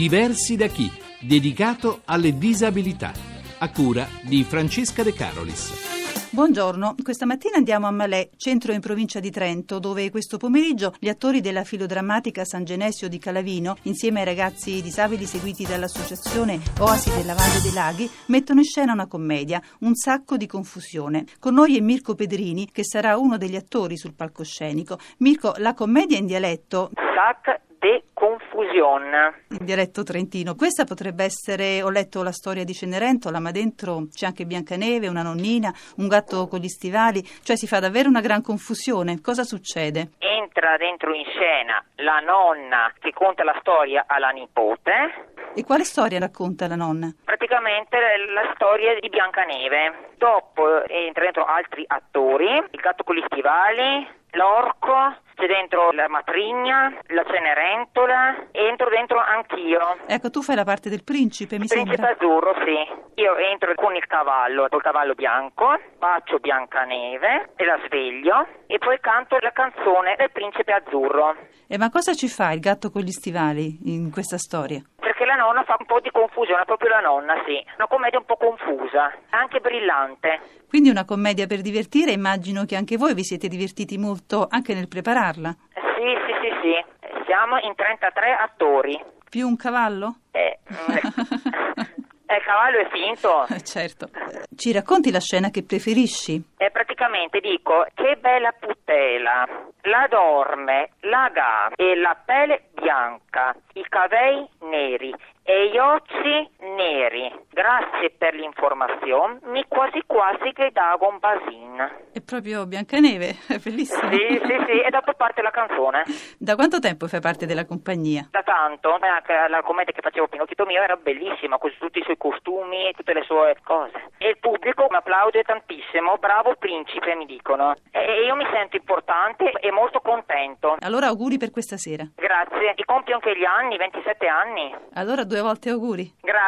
Diversi da chi? Dedicato alle disabilità. A cura di Francesca De Carolis. Buongiorno, questa mattina andiamo a Malè, centro in provincia di Trento, dove questo pomeriggio gli attori della filodrammatica San Genesio di Calavino, insieme ai ragazzi disabili seguiti dall'associazione Oasi della Valle dei Laghi, mettono in scena una commedia, Un sacco di confusione. Con noi è Mirko Pedrini, che sarà uno degli attori sul palcoscenico. Mirko, la commedia è in dialetto Sac de confusion. In dialetto trentino. Questa potrebbe essere, ho letto la storia di Cenerentola, ma dentro c'è anche Biancaneve, una nonnina, un gatto con gli stivali, cioè si fa davvero una gran confusione. Cosa succede? Entra dentro in scena la nonna che conta la storia alla nipote. E quale storia racconta la nonna? Praticamente la storia di Biancaneve. Dopo entra dentro altri attori, il gatto con gli stivali, l'orco, c'è dentro la matrigna, la Cenerentola, entro dentro anch'io. Ecco, tu fai la parte del principe, mi Principe sembra. azzurro, sì. Io entro con il cavallo bianco, bacio Biancaneve e la sveglio e poi canto la canzone del principe azzurro. Ma cosa ci fa il gatto con gli stivali in questa storia? Perché la nonna fa un po' di confusione, proprio la nonna, sì. Una commedia un po' confusa, anche brillante. Quindi una commedia per divertire, immagino che anche voi vi siete divertiti molto anche nel prepararla. Sì. Siamo in 33 attori. Più un cavallo? Il cavallo è finto. Certo. Ci racconti la scena che preferisci? Praticamente dico, che bella putela, la dorme, la ga e la pelle bianca, i capelli neri e gli occhi neri. Grazie per l'informazione, mi quasi che dago un basin. È proprio Biancaneve, è bellissimo. Sì, e dopo parte la canzone. Da quanto tempo fai parte della compagnia? Da tanto, anche la commedia che facevo Pinocchio mio era bellissima, con tutti i suoi costumi e tutte le sue cose. E il pubblico mi applaude tantissimo, bravo principe mi dicono. E io mi sento importante e molto contento. Allora auguri per questa sera. Grazie, e compio anche gli anni, 27 anni. Allora 2 volte auguri.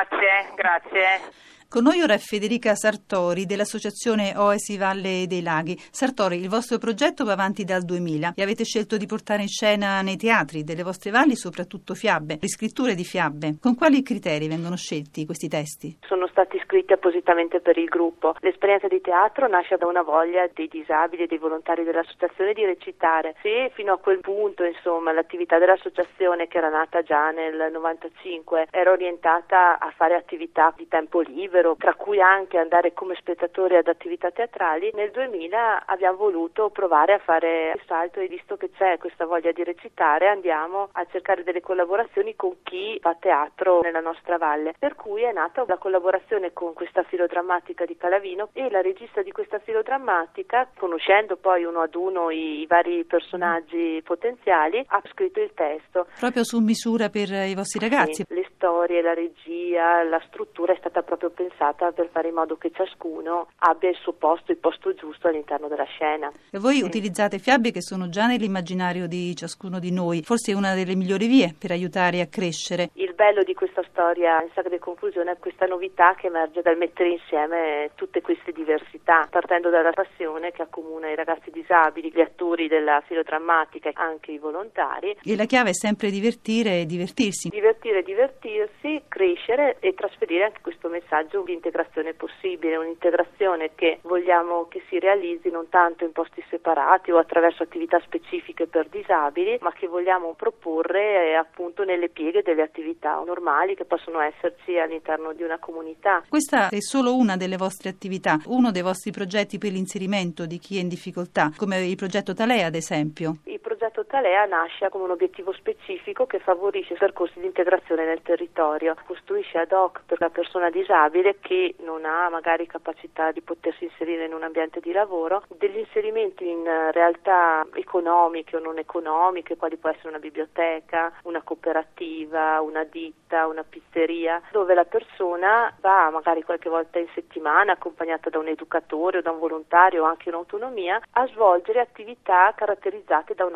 Grazie. Con noi ora è Federica Sartori dell'associazione Oasi Valle dei Laghi. Sartori, il vostro progetto va avanti dal 2000 e avete scelto di portare in scena nei teatri delle vostre valli soprattutto fiabe, riscritture di fiabe. Con quali criteri vengono scelti questi testi? Sono stati scritti appositamente per il gruppo. L'esperienza di teatro nasce da una voglia dei disabili e dei volontari dell'associazione di recitare. Se fino a quel punto, l'attività dell'associazione, che era nata già nel 95, era orientata a fare attività di tempo libero, tra cui anche andare come spettatori ad attività teatrali, nel 2000 abbiamo voluto provare a fare il salto e visto che c'è questa voglia di recitare andiamo a cercare delle collaborazioni con chi fa teatro nella nostra valle, per cui è nata la collaborazione con questa filodrammatica di Calavino e la regista di questa filodrammatica, conoscendo poi uno ad uno i vari personaggi potenziali, ha scritto il testo. Proprio su misura per i vostri ragazzi? Sì, le storie, la regia, la struttura è stata proprio pensata per fare in modo che ciascuno abbia il suo posto, il posto giusto all'interno della scena. E voi utilizzate fiabe che sono già nell'immaginario di ciascuno di noi, forse è una delle migliori vie per aiutare a crescere. Il bello di questa storia in Sacra Confusione è questa novità che emerge dal mettere insieme tutte queste diversità, partendo dalla passione che accomuna i ragazzi disabili, gli attori della filodrammatica e anche i volontari. E la chiave è sempre divertire e divertirsi. Divertirsi, crescere e trasferire anche questo messaggio di integrazione possibile, un'integrazione che vogliamo che si realizzi non tanto in posti separati o attraverso attività specifiche per disabili, ma che vogliamo proporre appunto nelle pieghe delle attività normali che possono esserci all'interno di una comunità. Questa è solo una delle vostre attività, uno dei vostri progetti per l'inserimento di chi è in difficoltà, come il progetto Talea ad esempio. Il progetto Talea nasce come un obiettivo specifico che favorisce percorsi di integrazione nel territorio, costruisce ad hoc per la persona disabile che non ha magari capacità di potersi inserire in un ambiente di lavoro, degli inserimenti in realtà economiche o non economiche, quali può essere una biblioteca, una cooperativa, una ditta, una pizzeria, dove la persona va magari qualche volta in settimana accompagnata da un educatore o da un volontario o anche in autonomia a svolgere attività caratterizzate da un'alta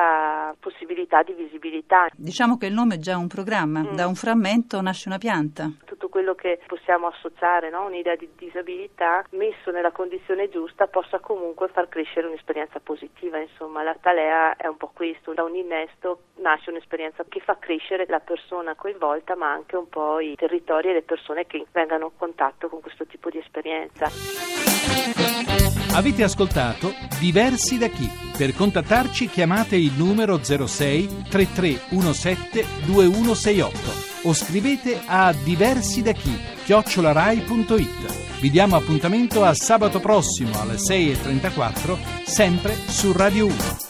questa possibilità di visibilità. Diciamo che il nome è già un programma, da un frammento nasce una pianta. Tutto quello che possiamo associare, no? Un'idea di disabilità messo nella condizione giusta possa comunque far crescere un'esperienza positiva. Insomma, la Talea è un po' questo, da un innesto nasce un'esperienza che fa crescere la persona coinvolta, ma anche un po' i territori e le persone che vengano in contatto con questo tipo di esperienza. Avete ascoltato Diversi da chi? Per contattarci chiamate il numero 06 3317 2168 o scrivete a diversidachi@rai.it. Vi diamo appuntamento a sabato prossimo alle 6:34, sempre su Radio 1.